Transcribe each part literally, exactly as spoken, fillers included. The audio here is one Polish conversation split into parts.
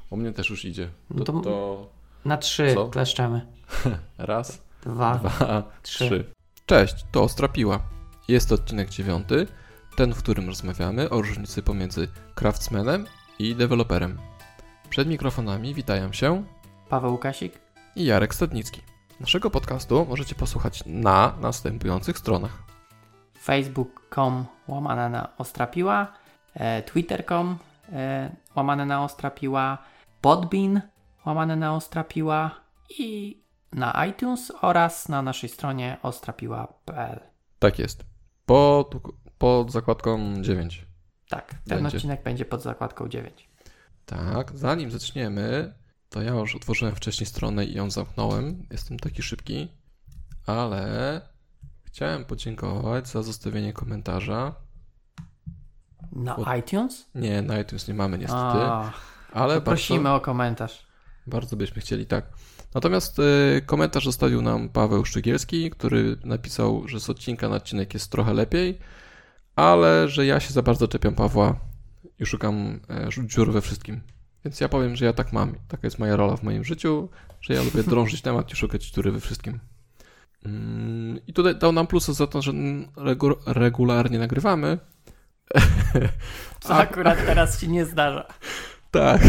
U mnie też już idzie. To, No to to... na trzy Co? kleszczemy. Raz, Dwa, dwa, trzy. trzy. Cześć, to Ostra Piła. Jest to odcinek dziewiąty, ten, w którym rozmawiamy o różnicy pomiędzy craftsmanem i deweloperem. Przed mikrofonami witają się Paweł Łukasik. i Jarek Stadnicki. Naszego podcastu możecie posłuchać na następujących stronach. facebook kropka com łamane na Ostra Piła, e, twitter kropka com e, łamane na Ostra Piła, Podbean łamane na Ostra Piła i na iTunes oraz na naszej stronie ostrapiła kropka p l. Tak jest. Pod, pod zakładką dziewięć. Tak, ten Będzie. odcinek będzie pod zakładką dziewięć. Tak, zanim zaczniemy, to ja już otworzyłem wcześniej stronę i ją zamknąłem. Jestem taki szybki, ale chciałem podziękować za zostawienie komentarza. Na Bo- iTunes? Nie, na iTunes nie mamy niestety, A, ale to prosimy bardzo, o komentarz. bardzo byśmy chcieli, tak. Natomiast y, komentarz zostawił nam Paweł Szczygielski, który napisał, że z odcinka na odcinek jest trochę lepiej, ale że ja się za bardzo czepiam Pawła i szukam e, dziur we wszystkim. Więc ja powiem, że ja tak mam. Taka jest moja rola w moim życiu, że ja lubię drążyć temat i szukać dziury we wszystkim. Mm, I tutaj dał nam plusy za to, że regu- regularnie nagrywamy. Co akurat teraz się nie zdarza. Tak.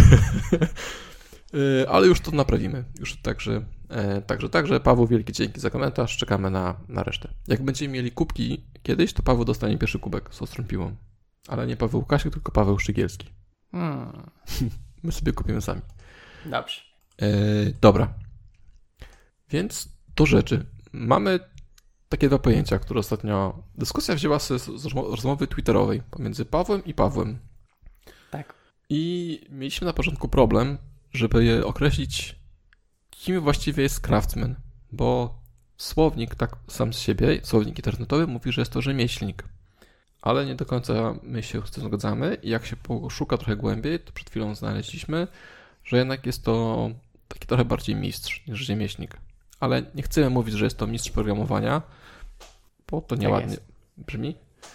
Y, Ale już to naprawimy. Już także, e, także, także Paweł, wielkie dzięki za komentarz. Czekamy na, na resztę. Jak będziemy mieli kubki kiedyś, to Paweł dostanie pierwszy kubek z ostrą piłą. Ale nie Paweł Łukasik, tylko Paweł Szczygielski. Hmm, My sobie kupimy sami. dobrze. E, dobra. Więc do rzeczy. Mamy takie dwa pojęcia, które ostatnio dyskusja wzięła się z, z rozmo- rozmowy twitterowej pomiędzy Pawłem i Pawłem. Tak. I mieliśmy na początku problem, żeby je określić, kim właściwie jest craftsman, bo słownik tak sam z siebie, słownik internetowy mówi, że jest to rzemieślnik, ale nie do końca my się z tym zgadzamy i jak się poszuka trochę głębiej, to przed chwilą znaleźliśmy, że jednak jest to taki trochę bardziej mistrz niż rzemieślnik, ale nie chcemy mówić, że jest to mistrz programowania, bo to nieładnie jest. brzmi.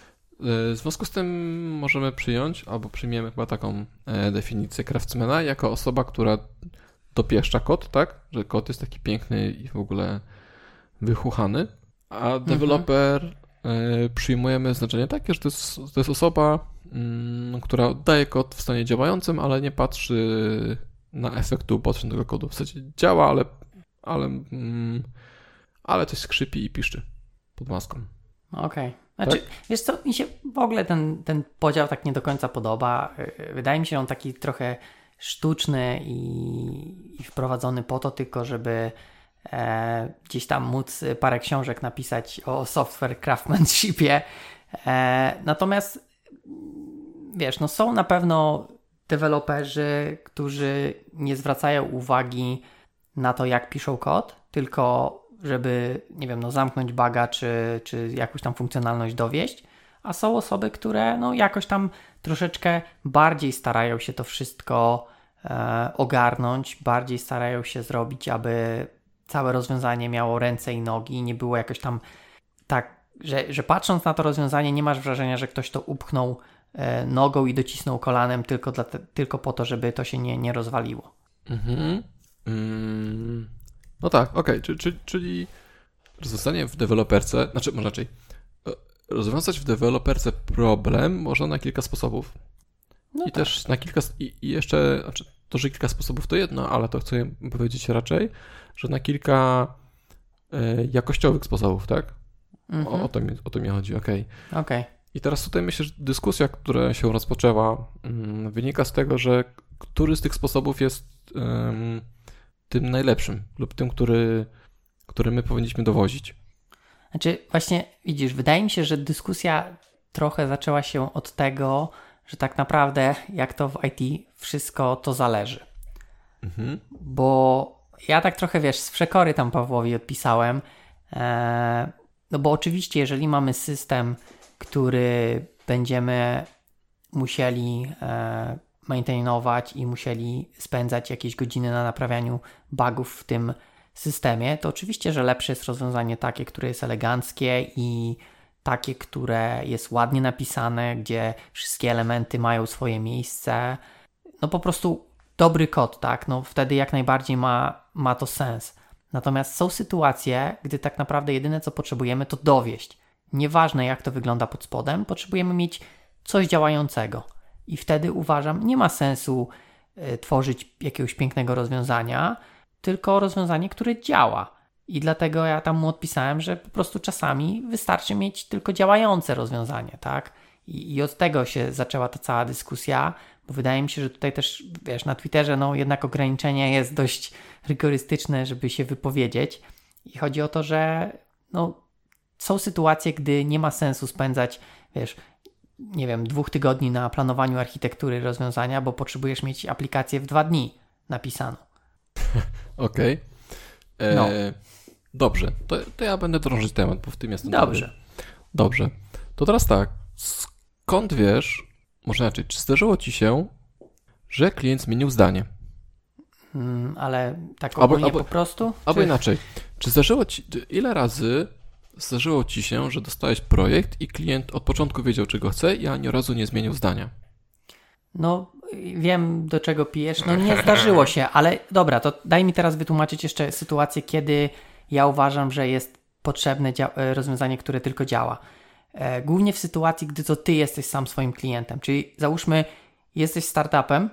W związku z tym możemy przyjąć, albo przyjmiemy chyba taką e, definicję craftsmana jako osoba, która dopieszcza kod, tak? Że kod jest taki piękny i w ogóle wychuchany, a deweloper e, przyjmujemy znaczenie takie, że to jest, to jest osoba, mm, która oddaje kod w stanie działającym, ale nie patrzy na efekt uboczny tego kodu. W zasadzie działa, ale, ale, mm, ale coś skrzypi i piszczy pod maską. Okej. Znaczy, Tak? wiesz co, mi się w ogóle ten, ten podział tak nie do końca podoba. Yy, Wydaje mi się on taki trochę sztuczny i, i wprowadzony po to tylko, żeby e, gdzieś tam móc parę książek napisać o software craftsmanshipie. E, natomiast wiesz, no są na pewno deweloperzy, którzy nie zwracają uwagi na to, jak piszą kod, tylko żeby, nie wiem, no zamknąć buga, czy, czy jakąś tam funkcjonalność dowieść, a są osoby, które no jakoś tam troszeczkę bardziej starają się to wszystko e, ogarnąć, bardziej starają się zrobić, aby całe rozwiązanie miało ręce i nogi, nie było jakoś tam tak, że, że patrząc na to rozwiązanie nie masz wrażenia, że ktoś to upchnął e, nogą i docisnął kolanem tylko, dla te, tylko po to, żeby to się nie, nie rozwaliło. Mhm. Mm. No tak, okej, czy, czy, czyli rozwiązanie w deweloperce, znaczy może raczej e, rozwiązać w deweloperce problem można na kilka sposobów. No I tak. też na kilka, i, i jeszcze, znaczy to, że kilka sposobów to jedno, ale to chcę powiedzieć raczej, że na kilka e, jakościowych sposobów, tak? Mhm. O, o, to mi, o to mi chodzi, okej. Okej. I teraz tutaj myślę, że dyskusja, która się rozpoczęła, mm, wynika z tego, że który z tych sposobów jest ym, tym najlepszym lub tym, który, który my powinniśmy dowozić. Znaczy, właśnie widzisz, wydaje mi się, że dyskusja trochę zaczęła się od tego, że tak naprawdę jak to w I T wszystko to zależy. Mhm. Bo ja tak trochę, wiesz, z przekory tam Pawłowi odpisałem, e, no bo oczywiście jeżeli mamy system, który będziemy musieli e, maintainować i musieli spędzać jakieś godziny na naprawianiu bugów w tym systemie, to oczywiście, że lepsze jest rozwiązanie takie, które jest eleganckie i takie, które jest ładnie napisane, gdzie wszystkie elementy mają swoje miejsce. No po prostu dobry kod, tak, no wtedy jak najbardziej ma, ma to sens. Natomiast są sytuacje, gdy tak naprawdę jedyne co potrzebujemy to dowieść. Nieważne jak to wygląda pod spodem, potrzebujemy mieć coś działającego. I wtedy uważam, nie ma sensu y, tworzyć jakiegoś pięknego rozwiązania, tylko rozwiązanie, które działa. I dlatego ja tam mu odpisałem, że po prostu czasami wystarczy mieć tylko działające rozwiązanie, tak? I, i od tego się zaczęła ta cała dyskusja, bo wydaje mi się, że tutaj też, wiesz, na Twitterze no jednak ograniczenie jest dość rygorystyczne, żeby się wypowiedzieć. I chodzi o to, że no, są sytuacje, gdy nie ma sensu spędzać, wiesz, nie wiem, dwóch tygodni na planowaniu architektury rozwiązania, bo potrzebujesz mieć aplikację w dwa dni napisaną. Okej. Okay. No. Dobrze, to, to ja będę drążyć temat, bo w tym jestem Dobrze. Dobry. Dobrze. To teraz tak, skąd wiesz, może inaczej, czy zdarzyło ci się, że klient zmienił zdanie? Hmm, ale tak ogólnie albo, po prostu? Albo czy... inaczej, czy zdarzyło ci, ile razy zdarzyło ci się, że dostałeś projekt i klient od początku wiedział, czego chce i ani razu nie zmienił zdania? No, wiem do czego pijesz. No nie zdarzyło się, ale dobra, to daj mi teraz wytłumaczyć jeszcze sytuację, kiedy ja uważam, że jest potrzebne dzia- rozwiązanie, które tylko działa. E, głównie w sytuacji, gdy to ty jesteś sam swoim klientem. Czyli załóżmy, jesteś startupem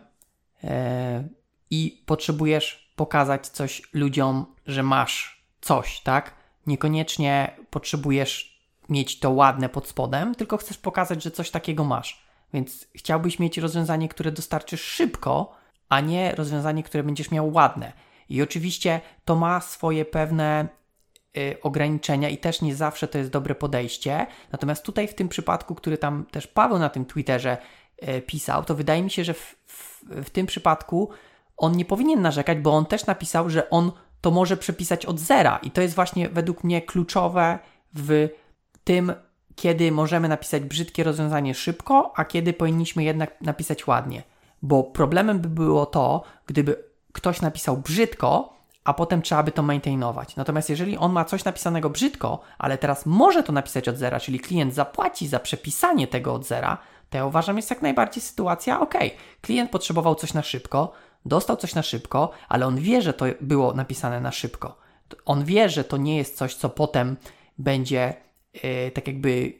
e, i potrzebujesz pokazać coś ludziom, że masz coś, tak? Niekoniecznie potrzebujesz mieć to ładne pod spodem, tylko chcesz pokazać, że coś takiego masz. Więc chciałbyś mieć rozwiązanie, które dostarczysz szybko, a nie rozwiązanie, które będziesz miał ładne. I oczywiście to ma swoje pewne y, ograniczenia i też nie zawsze to jest dobre podejście. Natomiast tutaj w tym przypadku, który tam też Paweł na tym Twitterze y, pisał, to wydaje mi się, że w, w, w tym przypadku on nie powinien narzekać, bo on też napisał, że on to może przepisać od zera. I to jest właśnie według mnie kluczowe w tym, kiedy możemy napisać brzydkie rozwiązanie szybko, a kiedy powinniśmy jednak napisać ładnie. Bo problemem by było to, gdyby ktoś napisał brzydko, a potem trzeba by to maintainować. Natomiast jeżeli on ma coś napisanego brzydko, ale teraz może to napisać od zera, czyli klient zapłaci za przepisanie tego od zera, to ja uważam, jest jak najbardziej sytuacja, ok, klient potrzebował coś na szybko, dostał coś na szybko, ale on wie, że to było napisane na szybko. On wie, że to nie jest coś, co potem będzie yy, tak jakby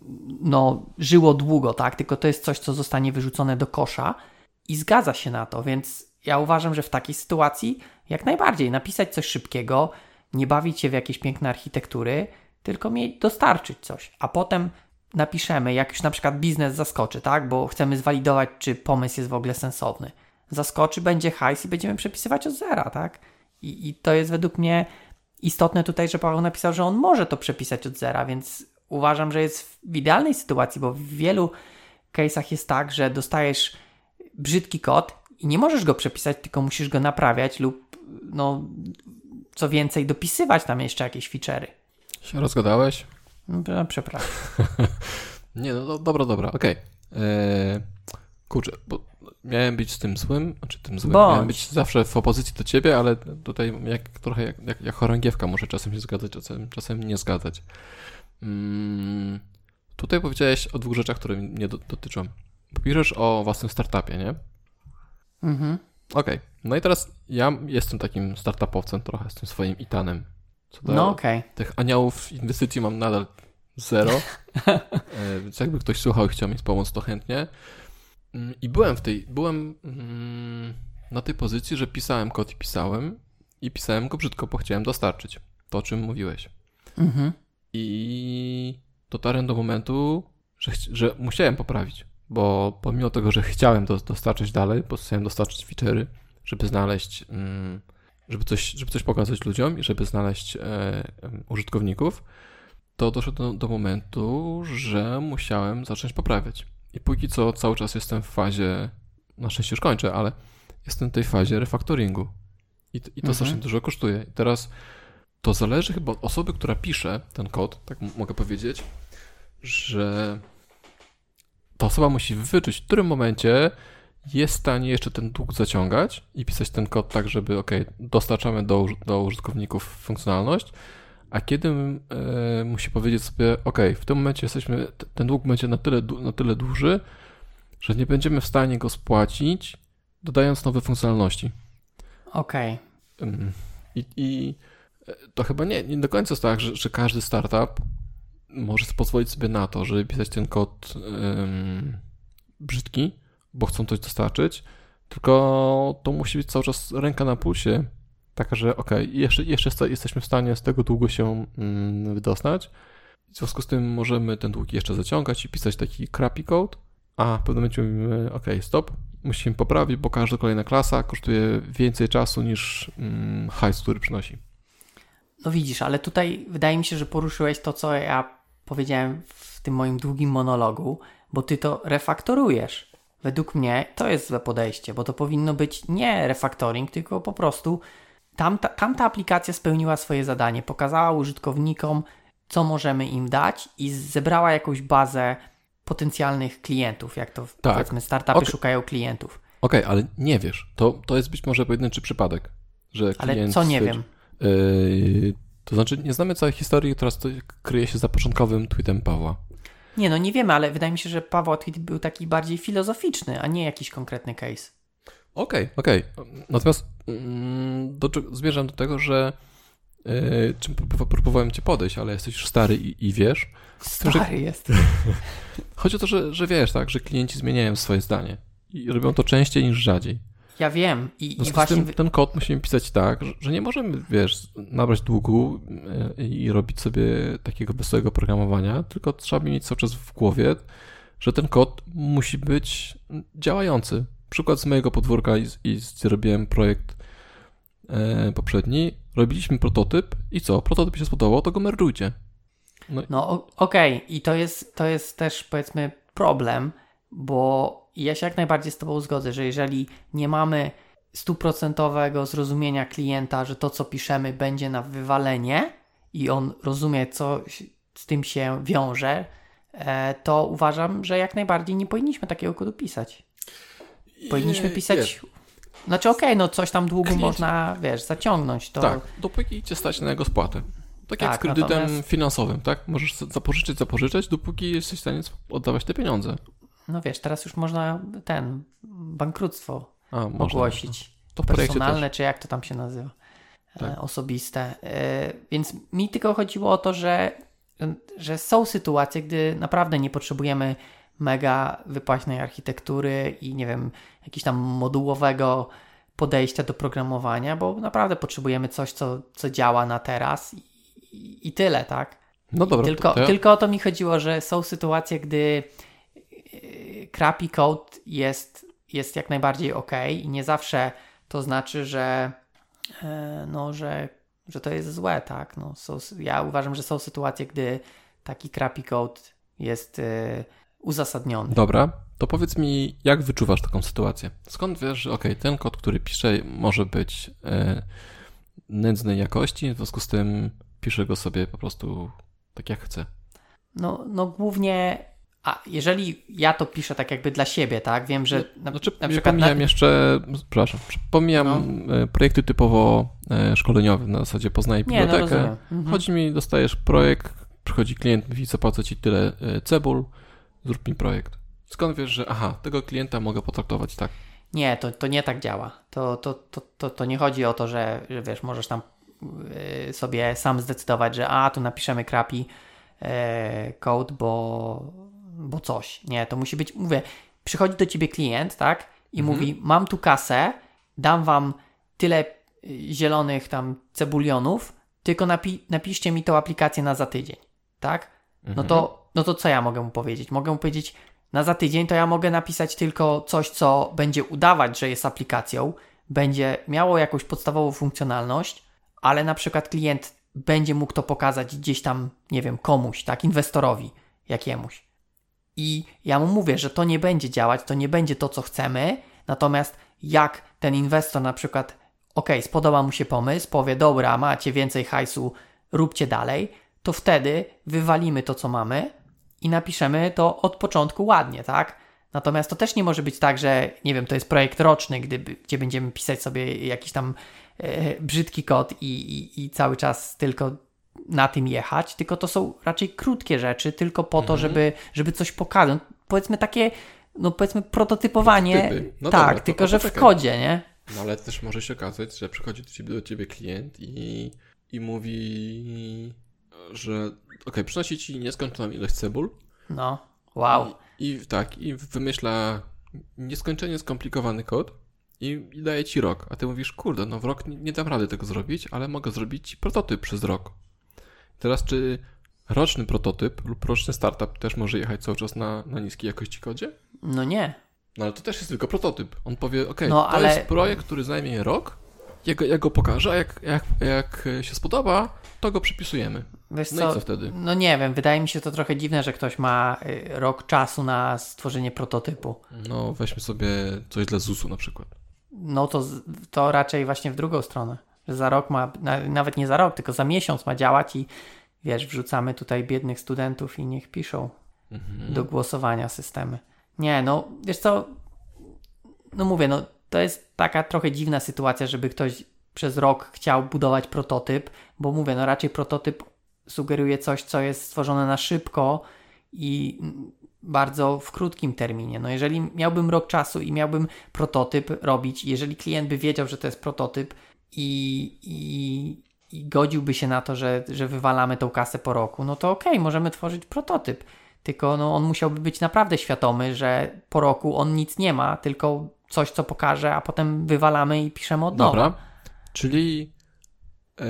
no, żyło długo, tak? Tylko to jest coś, co zostanie wyrzucone do kosza i zgadza się na to, więc ja uważam, że w takiej sytuacji jak najbardziej napisać coś szybkiego, nie bawić się w jakieś piękne architektury, tylko mieć dostarczyć coś, a potem napiszemy, jak już na przykład biznes zaskoczy, tak? Bo chcemy zwalidować, czy pomysł jest w ogóle sensowny. Zaskoczy, będzie hajs i będziemy przepisywać od zera, tak? I, i to jest według mnie istotne tutaj, że Paweł napisał, że on może to przepisać od zera, więc uważam, że jest w idealnej sytuacji, bo w wielu case'ach jest tak, że dostajesz brzydki kod i nie możesz go przepisać, tylko musisz go naprawiać lub no, co więcej, dopisywać tam jeszcze jakieś feature'y. Się rozgadałeś? No, przepraszam. Nie, no dobra, dobra, okej. Okay. Eee, kurczę, bo miałem być z tym złym, znaczy tym złym, Bądź. miałem być zawsze w opozycji do ciebie, ale tutaj jak, trochę jak, jak, jak chorągiewka muszę czasem się zgadzać, czasem, czasem nie zgadzać. Hmm, tutaj powiedziałeś o dwóch rzeczach, które mnie do, dotyczą. Piszesz o własnym startupie, nie? Mhm. Okej, okay. No i teraz ja jestem takim startupowcem trochę, z tym swoim itanem. Co do no okej. Okay. Tych aniołów inwestycji mam nadal zero, e, więc jakby ktoś słuchał i chciał mi pomóc, to chętnie. I byłem w tej, byłem mm, na tej pozycji, że pisałem kod i pisałem i pisałem go brzydko, bo chciałem dostarczyć to, o czym mówiłeś. Mhm. I dotarłem do momentu, że, że musiałem poprawić, bo pomimo tego, że chciałem do, dostarczyć dalej, bo chciałem dostarczyć feature'y, żeby znaleźć, mm, żeby coś, żeby coś pokazać ludziom i żeby znaleźć e, e, użytkowników, to doszło do, do momentu, że musiałem zacząć poprawiać. I póki co cały czas jestem w fazie, na szczęście już kończę, ale jestem w tej fazie refaktoringu. I, i to mhm. strasznie dużo kosztuje. I teraz to zależy chyba od osoby, która pisze ten kod, tak m- mogę powiedzieć, że ta osoba musi wyczuć, w którym momencie jest w stanie jeszcze ten dług zaciągać i pisać ten kod tak, żeby ok, dostarczamy do, do użytkowników funkcjonalność, a kiedy y, musi powiedzieć sobie, ok, w tym momencie jesteśmy, ten dług będzie na tyle, na tyle duży, że nie będziemy w stanie go spłacić dodając nowe funkcjonalności. Okej. Okay. I, I to chyba nie, nie do końca jest tak, że, że każdy startup może pozwolić sobie na to, żeby pisać ten kod um, brzydki, bo chcą coś dostarczyć, tylko to musi być cały czas ręka na pulsie, taka, że okej, okay, jeszcze, jeszcze jesteśmy w stanie z tego długo się um, wydostać. W związku z tym możemy ten dług jeszcze zaciągać i pisać taki crappy code, a w pewnym momencie mówimy, ok, stop, musimy poprawić, bo każda kolejna klasa kosztuje więcej czasu niż um, hajs, który przynosi. No widzisz, ale tutaj wydaje mi się, że poruszyłeś to, co ja powiedziałem w tym moim długim monologu, bo ty to refaktorujesz. Według mnie to jest złe podejście, bo to powinno być nie refaktoring, tylko po prostu tamta, tamta aplikacja spełniła swoje zadanie, pokazała użytkownikom, co możemy im dać i zebrała jakąś bazę potencjalnych klientów, jak to tak. Powiedzmy startupy okay. szukają klientów. Okej, okay, ale nie wiesz, to, to jest być może pojedynczy przypadek, że klient... Ale co nie stwierdzi... wiem? Yy, to znaczy nie znamy całej historii, która kryje się za początkowym tweetem Pawła. Nie, no nie wiemy, ale wydaje mi się, że Pawła tweet był taki bardziej filozoficzny, a nie jakiś konkretny case. Okej, okay, okej. Okay. Natomiast mm, do, zmierzam do tego, że yy, czym próbowałem cię podejść, ale jesteś już stary i, i wiesz. Stary że... jest. Chodzi o to, że, że wiesz, tak, że klienci zmieniają swoje zdanie i robią to częściej niż rzadziej. Ja wiem. I, i właśnie tym, ten kod musimy pisać tak, że, że nie możemy, wiesz, nabrać długu i, i robić sobie takiego wesołego programowania, tylko trzeba mieć cały czas w głowie, że ten kod musi być działający. Przykład z mojego podwórka i, i zrobiłem projekt e, poprzedni. Robiliśmy prototyp i co? Prototyp się spodobał, to go merdżujcie. No, no okej. Okay. I to jest, to jest też, powiedzmy, problem, bo ja się jak najbardziej z tobą zgodzę, że jeżeli nie mamy stuprocentowego zrozumienia klienta, że to, co piszemy, będzie na wywalenie i on rozumie, co z tym się wiąże, to uważam, że jak najbardziej nie powinniśmy takiego kodu pisać. Powinniśmy pisać... Wiesz, znaczy okej, okay, no coś tam długo klient... można, wiesz, zaciągnąć. To... Tak, dopóki cię stać na jego spłatę. Tak, tak jak z kredytem natomiast... finansowym, tak? Możesz zapożyczyć, zapożyczyć, dopóki jesteś w stanie oddawać te pieniądze. No wiesz, teraz już można ten bankructwo A, ogłosić. Można. To w projekcie personalne, też. Czy jak to tam się nazywa? Tak. E, osobiste. E, więc mi tylko chodziło o to, że, że są sytuacje, gdy naprawdę nie potrzebujemy mega wypaśnej architektury i nie wiem, jakiegoś tam modułowego podejścia do programowania, bo naprawdę potrzebujemy coś, co, co działa na teraz i, i, i tyle, tak? No dobra. Tylko, to ja... tylko o to mi chodziło, że są sytuacje, gdy crappy code jest, jest jak najbardziej ok i nie zawsze to znaczy, że no, że, że to jest złe, tak? No, są, ja uważam, że są sytuacje, gdy taki crappy code jest y, uzasadniony. Dobra, to powiedz mi, jak wyczuwasz taką sytuację? Skąd wiesz, że ok, ten kod, który piszę, może być y, nędznej jakości, w związku z tym piszę go sobie po prostu tak jak chcę? No, no głównie... A jeżeli ja to piszę tak jakby dla siebie, tak? Wiem, że na, znaczy, na przykład... Pomijam na... jeszcze, przepraszam, pomijam no. projekty typowo szkoleniowe, na zasadzie poznaję bibliotekę. Nie, no mhm. Chodzi mi, dostajesz projekt, przychodzi klient, mówi, zapłacę ci tyle cebul, zrób mi projekt. Skąd wiesz, że aha, tego klienta mogę potraktować tak? Nie, to, to nie tak działa. To, to, to, to, to nie chodzi o to, że, że wiesz, możesz tam yy, sobie sam zdecydować, że a, tu napiszemy crappy yy, code, bo... bo coś. Nie, to musi być, mówię, przychodzi do ciebie klient, tak? I mhm. mówi, mam tu kasę, dam wam tyle zielonych tam cebulionów, tylko napi- napiszcie mi tą aplikację na za tydzień, tak? Mhm. No to, no to co ja mogę mu powiedzieć? Mogę mu powiedzieć, na za tydzień to ja mogę napisać tylko coś, co będzie udawać, że jest aplikacją, będzie miało jakąś podstawową funkcjonalność, ale na przykład klient będzie mógł to pokazać gdzieś tam, nie wiem, komuś, tak? Inwestorowi jakiemuś. I ja mu mówię, że to nie będzie działać, to nie będzie to, co chcemy, natomiast jak ten inwestor na przykład, ok, spodoba mu się pomysł, powie, dobra, macie więcej hajsu, róbcie dalej, to wtedy wywalimy to, co mamy i napiszemy to od początku ładnie, tak? Natomiast to też nie może być tak, że, nie wiem, to jest projekt roczny, gdy, gdzie będziemy pisać sobie jakiś tam e, brzydki kod i, i, i cały czas tylko na tym jechać, tylko to są raczej krótkie rzeczy, tylko po to, żeby, żeby coś pokazać. Powiedzmy takie no powiedzmy prototypowanie, Prototypy. No tak, dobra, to- tylko to że w poczekaj. kodzie, nie? No ale też może się okazać, że przychodzi do ciebie, do ciebie klient i, i mówi, że okej, przynosi ci nieskończoną ilość cebul. No, wow. I, I tak, i wymyśla nieskończenie skomplikowany kod i, i daje ci rok. A ty mówisz, kurde, no w rok nie, nie dam rady tego zrobić, ale mogę zrobić ci prototyp przez rok. Teraz czy roczny prototyp lub roczny startup też może jechać cały czas na, na niskiej jakości kodzie? No nie. No ale to też jest tylko prototyp. On powie, okej, No, to ale- jest projekt, który zajmie rok, ja go, ja go pokażę, a jak, jak, jak się spodoba, to go przypisujemy. Wiesz No co, i co wtedy? No nie wiem, wydaje mi się to trochę dziwne, że ktoś ma y, rok czasu na stworzenie prototypu. No weźmy sobie coś dla zusu na przykład. No to, z- to raczej właśnie w drugą stronę. Że za rok ma, na, nawet nie za rok, tylko za miesiąc ma działać i wiesz, wrzucamy tutaj biednych studentów i niech piszą Mhm. do głosowania systemy. Nie, no wiesz co, no mówię, no to jest taka trochę dziwna sytuacja, żeby ktoś przez rok chciał budować prototyp, bo mówię, no raczej prototyp sugeruje coś, co jest stworzone na szybko i bardzo w krótkim terminie. No jeżeli miałbym rok czasu i miałbym prototyp robić, jeżeli klient by wiedział, że to jest prototyp i, i, i godziłby się na to, że, że wywalamy tą kasę po roku, no to okej, możemy tworzyć prototyp. Tylko no, on musiałby być naprawdę świadomy, że po roku on nic nie ma, tylko coś, co pokaże, a potem wywalamy i piszemy od nowa. Dobra, czyli e,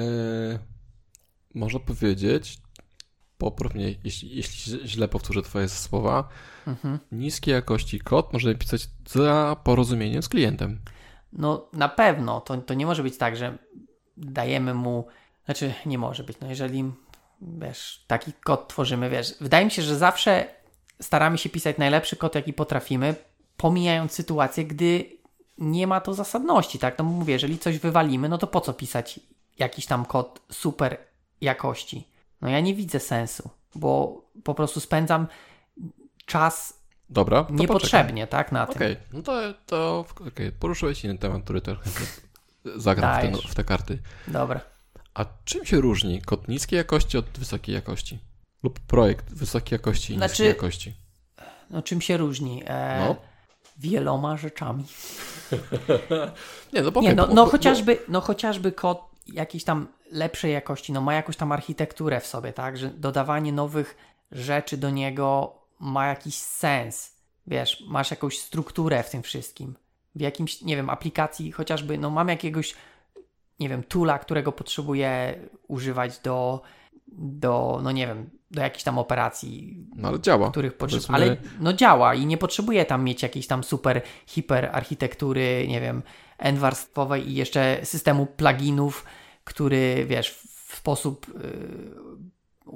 można powiedzieć, popraw mnie, jeśli, jeśli źle powtórzę twoje słowa, Mhm. niskiej jakości kod możemy pisać za porozumieniem z klientem. No na pewno, to, to nie może być tak, że dajemy mu, znaczy nie może być, no jeżeli wiesz, taki kod tworzymy, wiesz, wydaje mi się, że zawsze staramy się pisać najlepszy kod, jaki potrafimy, pomijając sytuację, gdy nie ma to zasadności, tak? No mówię, jeżeli coś wywalimy, no to po co pisać jakiś tam kod super jakości? No ja nie widzę sensu, bo po prostu spędzam czas Dobra, to niepotrzebnie, tak, na tym. Okej, no to, to okay. Poruszyłeś inny temat, który też zagram w te, Dajesz. w te karty. Dobra. A czym się różni kod niskiej jakości od wysokiej jakości? Lub projekt wysokiej jakości i Znaczy- niskiej jakości? No czym się różni? E, No. Wieloma rzeczami. Nie, no, bo, Nie, okej, no, bo- no, bo- chociażby, no chociażby kod jakiejś tam lepszej jakości, no ma jakąś tam architekturę w sobie, tak, że dodawanie nowych rzeczy do niego ma jakiś sens, wiesz, masz jakąś strukturę w tym wszystkim, w jakimś, nie wiem, aplikacji chociażby, no mam jakiegoś, nie wiem, toola, którego potrzebuję używać do, do, no nie wiem, do jakichś tam operacji, No ale działa. których potrzebuję, Powiedzmy- ale no działa i nie potrzebuję tam mieć jakiejś tam super, hiper architektury, nie wiem, n-warstwowej i jeszcze systemu pluginów, który, wiesz, w sposób yy,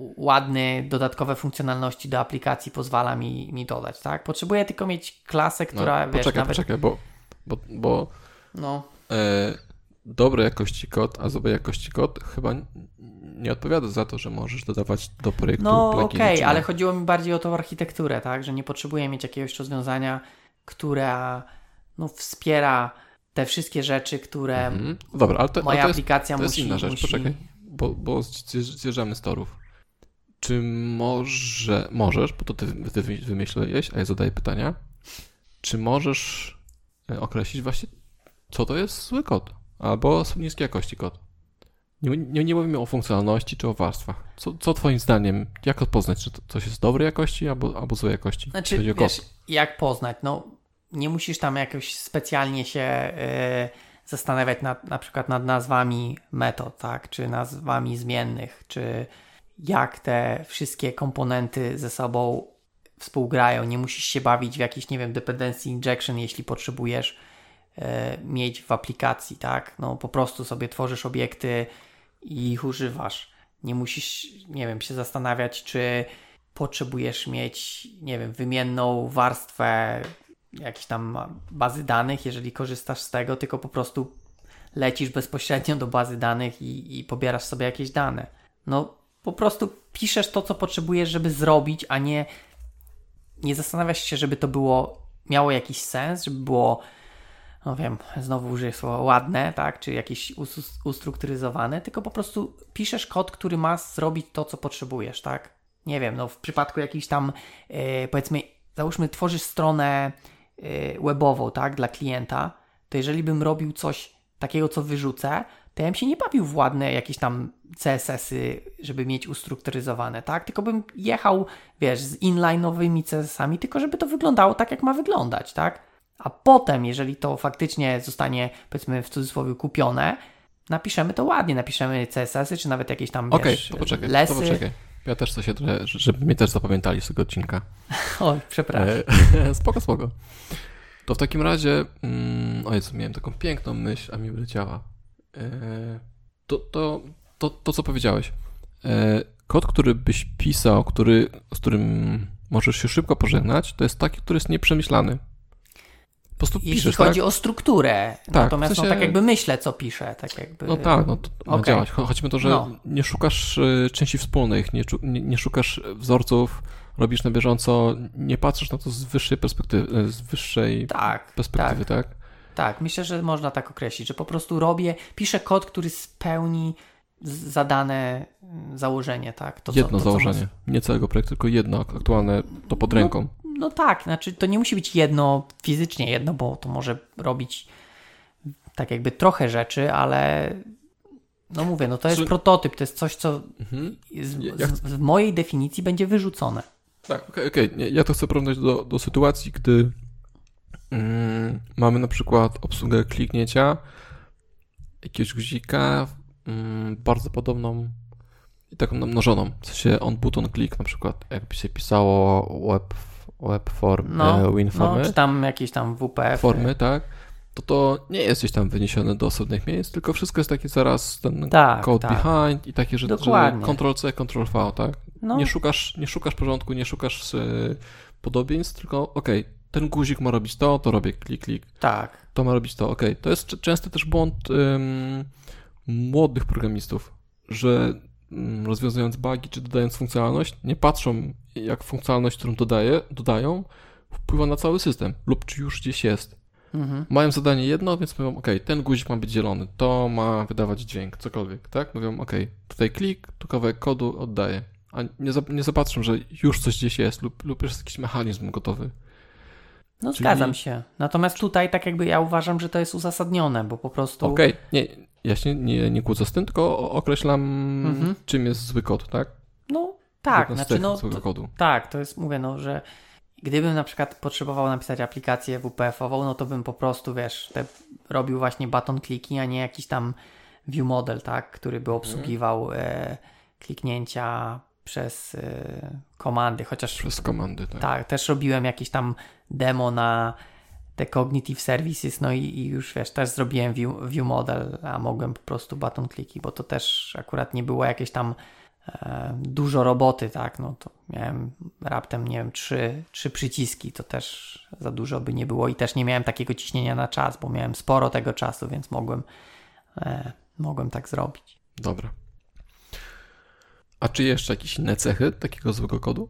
ładny, dodatkowe funkcjonalności do aplikacji pozwala mi, mi dodać, tak? Potrzebuję tylko mieć klasę, która, no, wiesz, poczekaj, nawet... poczekaj, bo, bo, bo No, e, dobrej jakości kod, a złej jakości kod chyba n- nie odpowiada za to, że możesz dodawać do projektu no pluginy, okej, czy nie. ale chodziło mi bardziej o tą architekturę, tak? Że nie potrzebuję mieć jakiegoś rozwiązania, która no, wspiera te wszystkie rzeczy, które Mhm. Dobra, ale to, moja ale to jest, aplikacja to jest musi... inna rzecz, musi... poczekaj, bo, bo zjeżdż- zjeżdżamy z torów. Czy może, możesz, bo to ty, ty wymyśliłeś, a ja zadaję pytania, czy możesz e, określić właśnie, co to jest zły kod, albo niskiej jakości kod? Nie, nie, nie mówimy o funkcjonalności czy o warstwach. Co, co twoim zdaniem, jak rozpoznać, czy to coś jest dobrej jakości albo, albo złej jakości? Znaczy, jeśli chodzi o wiesz, kod? jak poznać? No, nie musisz tam jakoś specjalnie się y, zastanawiać nad, na przykład nad nazwami metod, tak? Czy nazwami zmiennych, czy jak te wszystkie komponenty ze sobą współgrają. Nie musisz się bawić w jakiś, nie wiem, dependency injection, jeśli potrzebujesz y, mieć w aplikacji, tak? No, po prostu sobie tworzysz obiekty i ich używasz. Nie musisz, nie wiem, się zastanawiać, czy potrzebujesz mieć, nie wiem, wymienną warstwę jakiejś tam bazy danych, jeżeli korzystasz z tego, tylko po prostu lecisz bezpośrednio do bazy danych i, i pobierasz sobie jakieś dane. No, po prostu piszesz to, co potrzebujesz, żeby zrobić, a nie nie zastanawiasz się, żeby to było, miało jakiś sens, żeby było, no wiem, znowu użyję słowa ładne, tak, czy jakieś us- ustrukturyzowane, tylko po prostu piszesz kod, który ma zrobić to, co potrzebujesz, tak. Nie wiem, no w przypadku jakichś tam, yy, powiedzmy, załóżmy tworzysz stronę webową, tak, dla klienta, to jeżeli bym robił coś takiego, co wyrzucę, to ja bym się nie bawił w ładne jakieś tam C S S-y, żeby mieć ustrukturyzowane, tak? Tylko bym jechał, wiesz, z inline'owymi C S S-ami, tylko żeby to wyglądało tak, jak ma wyglądać, tak? A potem, jeżeli to faktycznie zostanie, powiedzmy w cudzysłowie, kupione, napiszemy to ładnie, napiszemy C S S-y, czy nawet jakieś tam, okay, wiesz, to poczekaj, lesy. to poczekaj. Ja też coś się trochę, żeby mnie też zapamiętali z tego odcinka. Oj, przepraszam. E, spoko, spoko. To w takim razie, mm, o Jezu, miałem taką piękną myśl, a mi wyleciała. E, to, to, to, to, co powiedziałeś. E, kod, który byś pisał, który, z którym możesz się szybko pożegnać, to jest taki, który jest nieprzemyślany. Po prostu Jeśli piszesz, chodzi tak? o strukturę, tak, natomiast w sensie... no, tak jakby myślę, co piszę. Tak jakby... No tak, no to ma okay. działać. Chodzi mi o to, że no. nie szukasz y, części wspólnych, nie, nie, nie szukasz wzorców, robisz na bieżąco, nie patrzysz na to z wyższej perspektywy, z wyższej tak, perspektywy, tak? tak? Tak, myślę, że można tak określić, że po prostu robię, piszę kod, który spełni zadane założenie, tak? To, jedno co, to, założenie, co... nie całego projektu, tylko jedno aktualne, to pod ręką. No, no tak, znaczy to nie musi być jedno, fizycznie jedno, bo to może robić tak jakby trochę rzeczy, ale no mówię, no to jest Czy... prototyp, to jest coś, co mhm. z, ja z, w mojej definicji będzie wyrzucone. Tak, okej, okay, okay. Ja to chcę porównać do, do sytuacji, gdy mm, mamy na przykład obsługę kliknięcia jakiegoś guzika, mm, bardzo podobną i taką namnożoną, w sensie on button click na przykład, jakby się pisało web, web form, no, win formy. No, czy tam jakieś tam W P F. Formy, tak. To to nie jest gdzieś tam wyniesione do osobnych miejsc, tylko wszystko jest takie zaraz ten tak, code tak. behind i takie, że, że control C, control V, tak? No. Nie szukasz, nie szukasz porządku, nie szukasz y, podobieństw, tylko okej, okay, ten guzik ma robić to, to robię klik, klik. Tak. To ma robić to, okej. Okay. To jest c- często też błąd ym, młodych programistów, że ym, rozwiązując bugi czy dodając funkcjonalność, nie patrzą, jak funkcjonalność, którą dodaje, dodają, wpływa na cały system lub czy już gdzieś jest. Mhm. Mają zadanie jedno, więc mówią, ok, ten guzik ma być zielony, to ma wydawać dźwięk, cokolwiek, tak? Mówią, ok, tutaj klik, tu kawałek kodu oddaję. A nie, za, nie zobaczą, że już coś gdzieś jest lub, lub jest jakiś mechanizm gotowy. No Czyli... zgadzam się. Natomiast tutaj tak jakby ja uważam, że to jest uzasadnione, bo po prostu... Okej, okay. nie, ja się nie, nie kłócę z tym, tylko określam, mhm. czym jest zły kod, tak? No tak, znaczy no... złego kodu. Tak, to jest, mówię, no, że gdybym na przykład potrzebował napisać aplikację W P F-ową, no to bym po prostu, wiesz, te, robił właśnie button kliki, a nie jakiś tam view model, tak, który by obsługiwał hmm. e, kliknięcia przez e, komandy, chociaż... Przez komandy, tak. Tak, też robiłem jakieś tam demo na te cognitive services, no i, i już, wiesz, też zrobiłem view, view model, a mogłem po prostu button kliki, bo to też akurat nie było jakieś tam dużo roboty, tak, no to miałem raptem, nie wiem, trzy, trzy przyciski, to też za dużo by nie było i też nie miałem takiego ciśnienia na czas, bo miałem sporo tego czasu, więc mogłem e, mogłem tak zrobić. Dobra. A czy jeszcze jakieś inne cechy takiego złego kodu?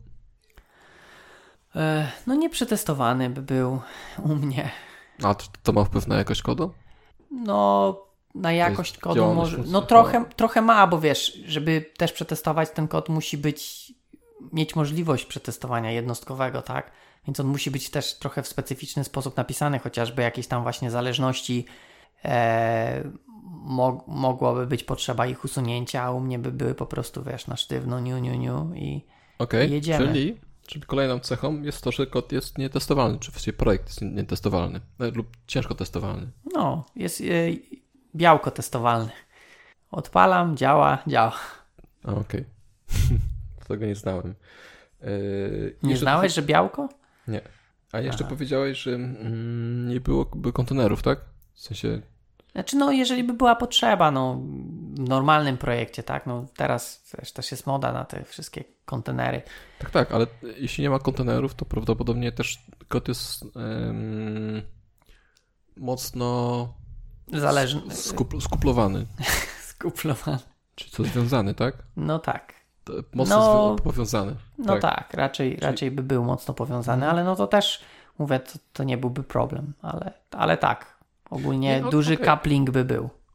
E, no nieprzetestowany by był u mnie. A to, to ma wpływ na jakość kodu? No na jakość kodu może, no trochę, trochę ma, bo wiesz, żeby też przetestować ten kod musi być, mieć możliwość przetestowania jednostkowego, tak? Więc on musi być też trochę w specyficzny sposób napisany, chociażby jakieś tam właśnie zależności e, mo- mogłoby być potrzeba ich usunięcia, a u mnie by były po prostu, wiesz, na sztywno, niu, niu, niu i, okay, i jedziemy. Czyli, czyli kolejną cechą jest to, że kod jest nietestowalny, czy właściwie projekt jest nietestowalny lub ciężko testowalny. No, jest... E, białko testowalne. Odpalam, działa, działa. Okej. Okay. Tego nie znałem. Yy, nie znałeś, to... że białko? Nie. A jeszcze Aha. powiedziałeś, że mm, nie byłoby kontenerów, tak? W sensie... Znaczy, no, jeżeli by była potrzeba, no, w normalnym projekcie, tak? No, teraz też, też jest moda na te wszystkie kontenery. Tak, tak, ale jeśli nie ma kontenerów, to prawdopodobnie też kod jest ym, mocno... Zależny. Skup- skuplowany. skuplowany. Czyli co, związany, tak? No tak. To mocno no, zwi- powiązany. No tak, tak raczej, Czyli... raczej by był mocno powiązany, hmm. ale no to też, mówię, to, to nie byłby problem, ale, ale tak. Ogólnie nie, no, duży okay. coupling by był.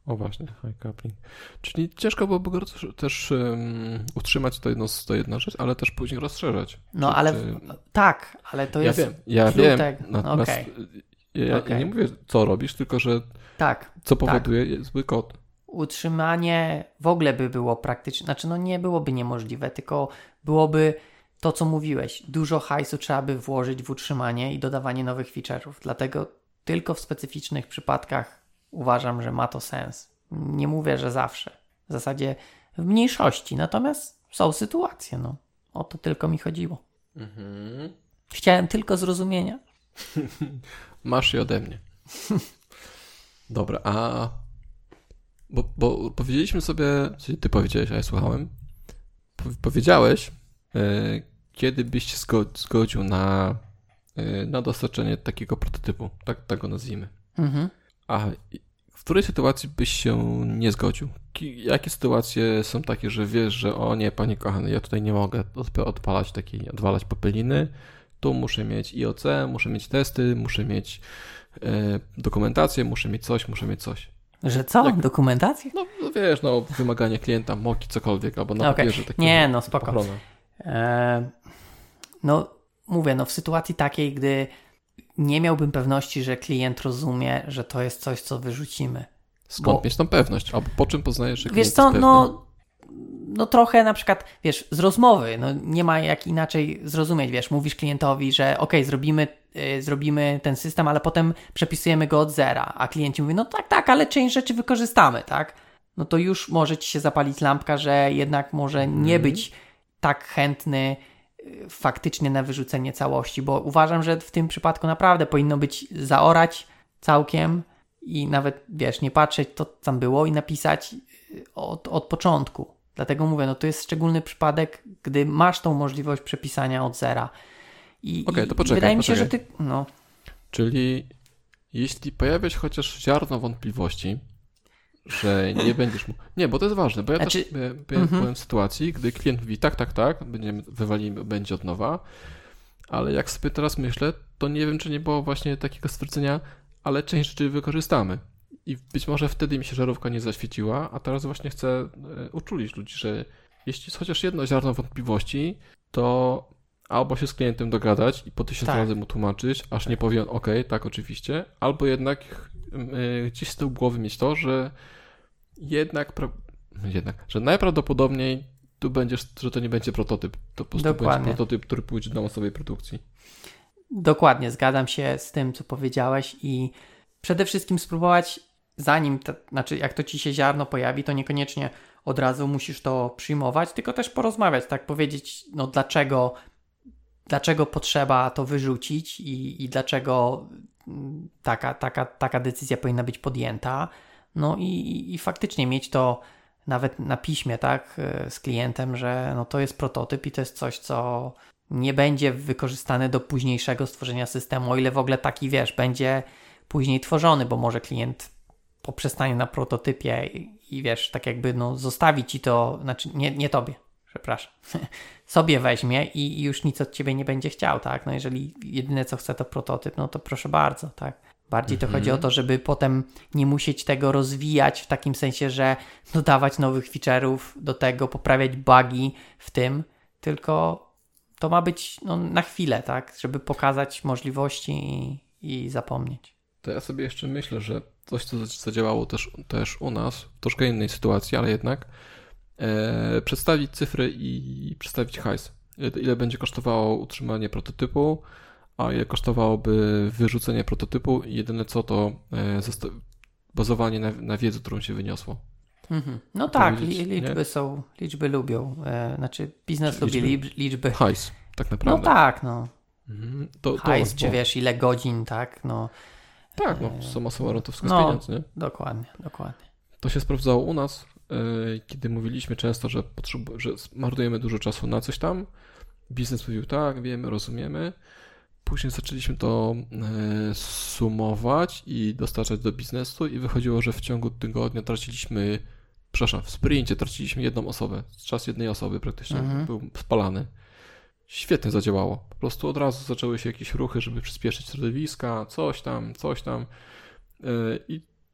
O właśnie, high coupling. Czyli ciężko byłoby go też um, utrzymać, to, jedno, to jedna rzecz, ale też później rozszerzać. No czy, ale czy... tak, ale to ja jest wiem, ja plutek. wiem, natomiast okay. ja, okay. ja nie mówię, co robisz, tylko że tak, co powoduje tak. zły kod. Utrzymanie w ogóle by było praktyczne, znaczy no nie byłoby niemożliwe, tylko byłoby to, co mówiłeś, dużo hajsu trzeba by włożyć w utrzymanie i dodawanie nowych feature'ów, dlatego tylko w specyficznych przypadkach uważam, że ma to sens. Nie mówię, że zawsze. W zasadzie w mniejszości. Natomiast są sytuacje. No. O to tylko mi chodziło. Mhm. Chciałem tylko zrozumienia. Masz je ode mnie. Dobra, a... Bo, bo powiedzieliśmy sobie... Czyli ty powiedziałeś, a ja słuchałem. Powiedziałeś, yy, kiedy byś się zgodził na, yy, na dostarczenie takiego prototypu. Tak, tak go nazwijmy. Mhm. A w której sytuacji byś się nie zgodził? Jakie sytuacje są takie, że wiesz, że o nie, panie kochany, ja tutaj nie mogę odpalać takiej, odwalać popeliny, tu muszę mieć I O C, muszę mieć testy, muszę mieć e, dokumentację, muszę mieć coś, muszę mieć coś. Że co? Jak, dokumentację? No, no wiesz, no wymagania klienta, moki, cokolwiek, albo na okay. papierze. Takie nie, no spoko. E, no mówię, no w sytuacji takiej, gdy nie miałbym pewności, że klient rozumie, że to jest coś, co wyrzucimy. Skąd Bo... mieć tą pewność? Albo po czym poznajesz, że klient wiesz co, jest pewny? no, no trochę na przykład, wiesz, z rozmowy, no nie ma jak inaczej zrozumieć, wiesz, mówisz klientowi, że okej, okay, zrobimy, yy, zrobimy ten system, ale potem przepisujemy go od zera, a klient ci mówi, no tak, tak, ale część rzeczy wykorzystamy, tak? No to już może ci się zapalić lampka, że jednak może nie hmm. być tak chętny faktycznie na wyrzucenie całości, bo uważam, że w tym przypadku naprawdę powinno być zaorać całkiem i nawet, wiesz, nie patrzeć to, co tam było i napisać od, od początku. Dlatego mówię, no to jest szczególny przypadek, gdy masz tą możliwość przepisania od zera. I, Okej, i to poczekaj, wydaje mi poczekaj. się, że ty... No. Czyli jeśli pojawia się chociaż ziarno wątpliwości, że nie będziesz mu... Nie, bo to jest ważne, bo ja znaczy... też byłem mm-hmm. w sytuacji, gdy klient mówi tak, tak, tak, będziemy, wywalimy, będzie od nowa, ale jak sobie teraz myślę, to nie wiem, czy nie było właśnie takiego stwierdzenia, ale część rzeczy wykorzystamy. I być może wtedy mi się żarówka nie zaświeciła, a teraz właśnie chcę e, uczulić ludzi, że jeśli jest chociaż jedno ziarno wątpliwości, to albo się z klientem dogadać i po tysiąc tak. razy mu tłumaczyć, aż nie powie on ok, tak oczywiście, albo jednak e, gdzieś z tyłu głowy mieć to, że jednak, pra... jednak, że najprawdopodobniej tu będziesz, że to nie będzie prototyp, to po prostu Dokładnie. będzie prototyp, który pójdzie do masowej produkcji. Dokładnie, zgadzam się z tym, co powiedziałeś i przede wszystkim spróbować, zanim, to, znaczy jak to ci się ziarno pojawi, to niekoniecznie od razu musisz to przyjmować, tylko też porozmawiać, tak powiedzieć, no dlaczego, dlaczego potrzeba to wyrzucić i, i dlaczego taka, taka, taka decyzja powinna być podjęta. No i, i, i faktycznie mieć to nawet na piśmie, tak, z klientem, że no to jest prototyp i to jest coś, co nie będzie wykorzystane do późniejszego stworzenia systemu, o ile w ogóle taki, wiesz, będzie później tworzony, bo może klient poprzestanie na prototypie i, i wiesz, tak jakby no zostawi ci to, znaczy nie, nie tobie, przepraszam, sobie weźmie i, i już nic od ciebie nie będzie chciał, tak, no jeżeli jedyne co chce to prototyp, no to proszę bardzo, tak. Bardziej to mhm. chodzi o to, żeby potem nie musieć tego rozwijać w takim sensie, że dodawać nowych feature'ów do tego, poprawiać bugi w tym, tylko to ma być no, na chwilę, tak, żeby pokazać możliwości i, i zapomnieć. To ja sobie jeszcze myślę, że coś, co zadziałało też, też u nas, w troszkę innej sytuacji, ale jednak e, przedstawić cyfry i przedstawić hajs. Ile, ile będzie kosztowało utrzymanie prototypu, a ile kosztowałoby wyrzucenie prototypu i jedyne co to e, zosta- bazowanie na, na wiedzy, którą się wyniosło. Mhm. No tak, li, liczby nie? są, liczby lubią, e, znaczy biznes liczby, lubi liczby. liczby. Hajs, tak naprawdę. No tak, no. Mhm. To, hajs, to, czy to. wiesz, ile godzin, tak, no. Tak, no, sama summa to wszystko no, jest pieniądz, nie? Dokładnie, dokładnie. To się sprawdzało u nas, yy, kiedy mówiliśmy często, że, potrzebu- że marnujemy dużo czasu na coś tam. Biznes mówił tak, wiemy, rozumiemy. Później zaczęliśmy to yy, sumować i dostarczać do biznesu i wychodziło, że w ciągu tygodnia traciliśmy, przepraszam, w sprincie traciliśmy jedną osobę. Czas jednej osoby praktycznie mhm. był spalany. Świetnie zadziałało. Po prostu od razu zaczęły się jakieś ruchy, żeby przyspieszyć środowiska, coś tam, coś tam. Yy, I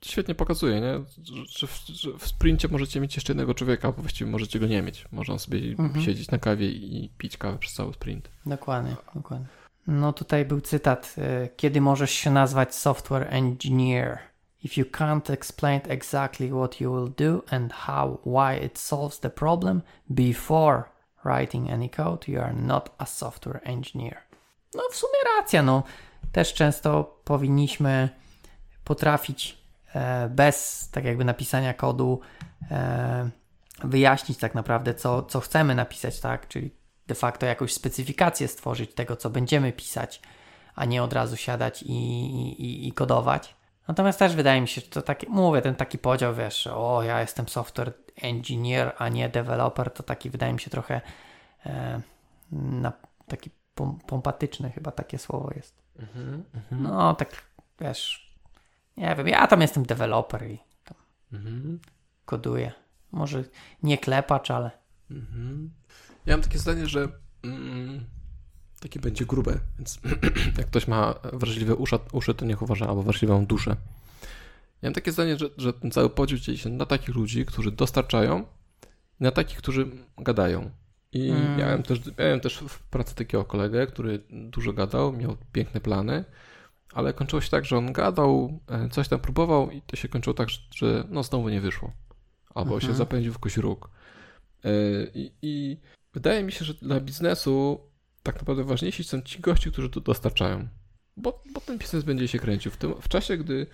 świetnie pokazuje, nie? Że, w, że w sprincie możecie mieć jeszcze jednego człowieka, bo właściwie możecie go nie mieć. Można sobie mhm. siedzieć na kawie i pić kawę przez cały sprint. Dokładnie, dokładnie. No tutaj był cytat. Kiedy możesz się nazwać software engineer? If you can't explain exactly what you will do and how, why it solves the problem before writing any code, you are not a software engineer. No w sumie racja, no. Też często powinniśmy potrafić e, bez tak jakby napisania kodu e, wyjaśnić tak naprawdę, co, co chcemy napisać, tak? Czyli de facto jakąś specyfikację stworzyć tego, co będziemy pisać, a nie od razu siadać i, i, i kodować. Natomiast też wydaje mi się, że to taki, mówię, ten taki podział, wiesz, o ja jestem software engineer, a nie developer, to taki wydaje mi się trochę e, na, taki pom, pompatyczny chyba takie słowo jest. Mhm, no tak, wiesz, nie wiem, ja tam jestem developer i tam mhm. koduję. Może nie klepacz, ale... Mhm. Ja mam takie zdanie, że mm, takie będzie grube, więc jak ktoś ma wrażliwe uszy, uszy, to niech uważa, albo wrażliwą duszę. Ja mam takie zdanie, że, że ten cały podział dzieli się na takich ludzi, którzy dostarczają, i na takich, którzy gadają. I mm. miałem, też, miałem też w pracy takiego kolegę, który dużo gadał, miał piękne plany, ale kończyło się tak, że on gadał, coś tam próbował i to się kończyło tak, że no znowu nie wyszło. Albo mhm. się zapędził w kogoś róg. I, I wydaje mi się, że dla biznesu tak naprawdę ważniejsi są ci gości, którzy to dostarczają. Bo, bo ten biznes będzie się kręcił. W, tym, w czasie, gdy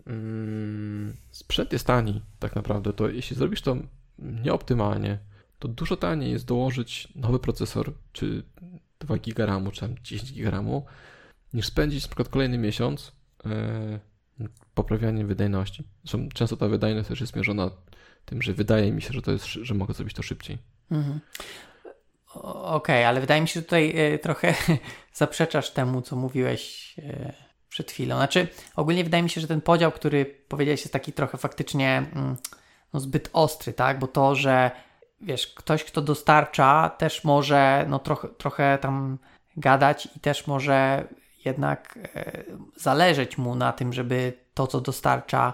mm, sprzęt jest tani tak naprawdę, to jeśli zrobisz to nieoptymalnie, to dużo taniej jest dołożyć nowy procesor, czy dwa giga ramu, czy tam dziesięć giga ramu, niż spędzić na przykład kolejny miesiąc yy, poprawianiem wydajności. Zresztą często ta wydajność też jest mierzona tym, że wydaje mi się, że to jest, że mogę zrobić to szybciej. Mhm. Okej, okay, ale wydaje mi się, że tutaj y, trochę zaprzeczasz temu, co mówiłeś y, przed chwilą. Znaczy, ogólnie wydaje mi się, że ten podział, który powiedziałeś, jest taki trochę faktycznie mm, no, zbyt ostry, tak? Bo to, że wiesz, ktoś, kto dostarcza, też może no, trochę, trochę tam gadać i też może jednak y, zależeć mu na tym, żeby to, co dostarcza,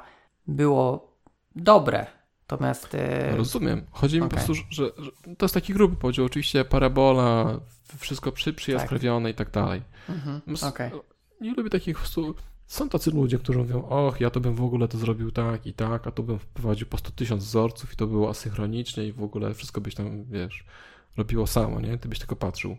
było dobre. Natomiast... Yy... Rozumiem. Chodzi mi okay. po prostu, że, że to jest taki gruby podział. Oczywiście parabola, wszystko przy, przyjaskrawione tak. i tak dalej. Mm-hmm. Okay. Nie lubię takich po prostu... Są tacy ludzie, którzy mówią, och, ja to bym w ogóle to zrobił tak i tak, a tu bym wprowadził po sto tysiąc wzorców i to było asynchronicznie i w ogóle wszystko byś tam, wiesz, robiło samo, nie? Ty byś tylko patrzył.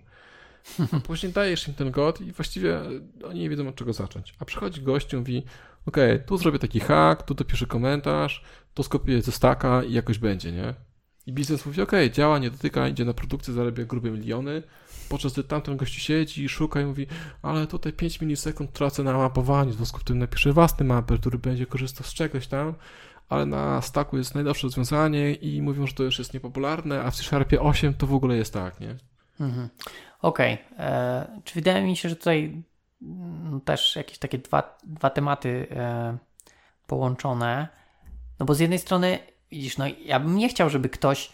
A później dajesz im ten kod i właściwie oni nie wiedzą, od czego zacząć. A przychodzi gość i mówi, okej, okay, tu zrobię taki hack, tu dopiszę komentarz, to skopiuję ze stacka i jakoś będzie, nie? I biznes mówi, okej, okay, działa, nie dotyka, idzie na produkcję, zarabia grube miliony, podczas gdy tamten gościu siedzi i szuka i mówi, ale tutaj pięć milisekund tracę na mapowaniu, w związku z tym napiszę własny maper, który będzie korzystał z czegoś tam, ale na stacku jest najnowsze rozwiązanie i mówią, że to już jest niepopularne, a w C Sharpie osiem to w ogóle jest tak, nie? Mhm. Okej. Okay. Czy wydaje mi się, że tutaj no, też jakieś takie dwa, dwa tematy e, połączone. No bo z jednej strony, widzisz, no ja bym nie chciał, żeby ktoś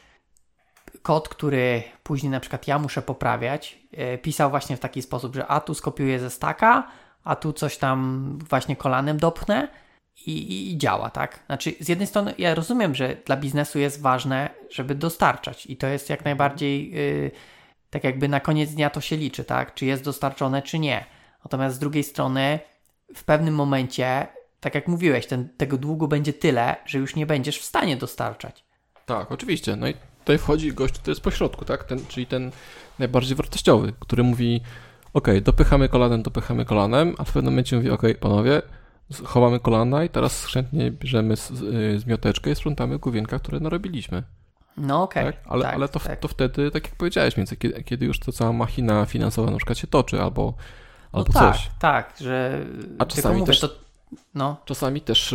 kod, który później na przykład ja muszę poprawiać, e, pisał właśnie w taki sposób, że a tu skopiuję ze stacka, a tu coś tam właśnie kolanem dopchnę i, i, i działa, tak? Znaczy z jednej strony ja rozumiem, że dla biznesu jest ważne, żeby dostarczać i to jest jak najbardziej... Yy, tak jakby na koniec dnia to się liczy, tak? Czy jest dostarczone, czy nie. Natomiast z drugiej strony w pewnym momencie, tak jak mówiłeś, ten, tego długu będzie tyle, że już nie będziesz w stanie dostarczać. Tak, oczywiście. No i tutaj wchodzi gość, który jest pośrodku, tak? Ten, czyli ten najbardziej wartościowy, który mówi, ok, dopychamy kolanem, dopychamy kolanem, a w pewnym momencie mówi, ok, panowie, chowamy kolana i teraz chętnie bierzemy z, z mioteczkę i sprzątamy główienka, które narobiliśmy. No okej. Okay. Tak? Ale, tak, ale to, tak. to wtedy, tak jak powiedziałeś, między, kiedy, kiedy już ta cała machina finansowa na przykład się toczy albo, albo no coś. Tak, tak, że A czasami mówię, też, to, no. czasami też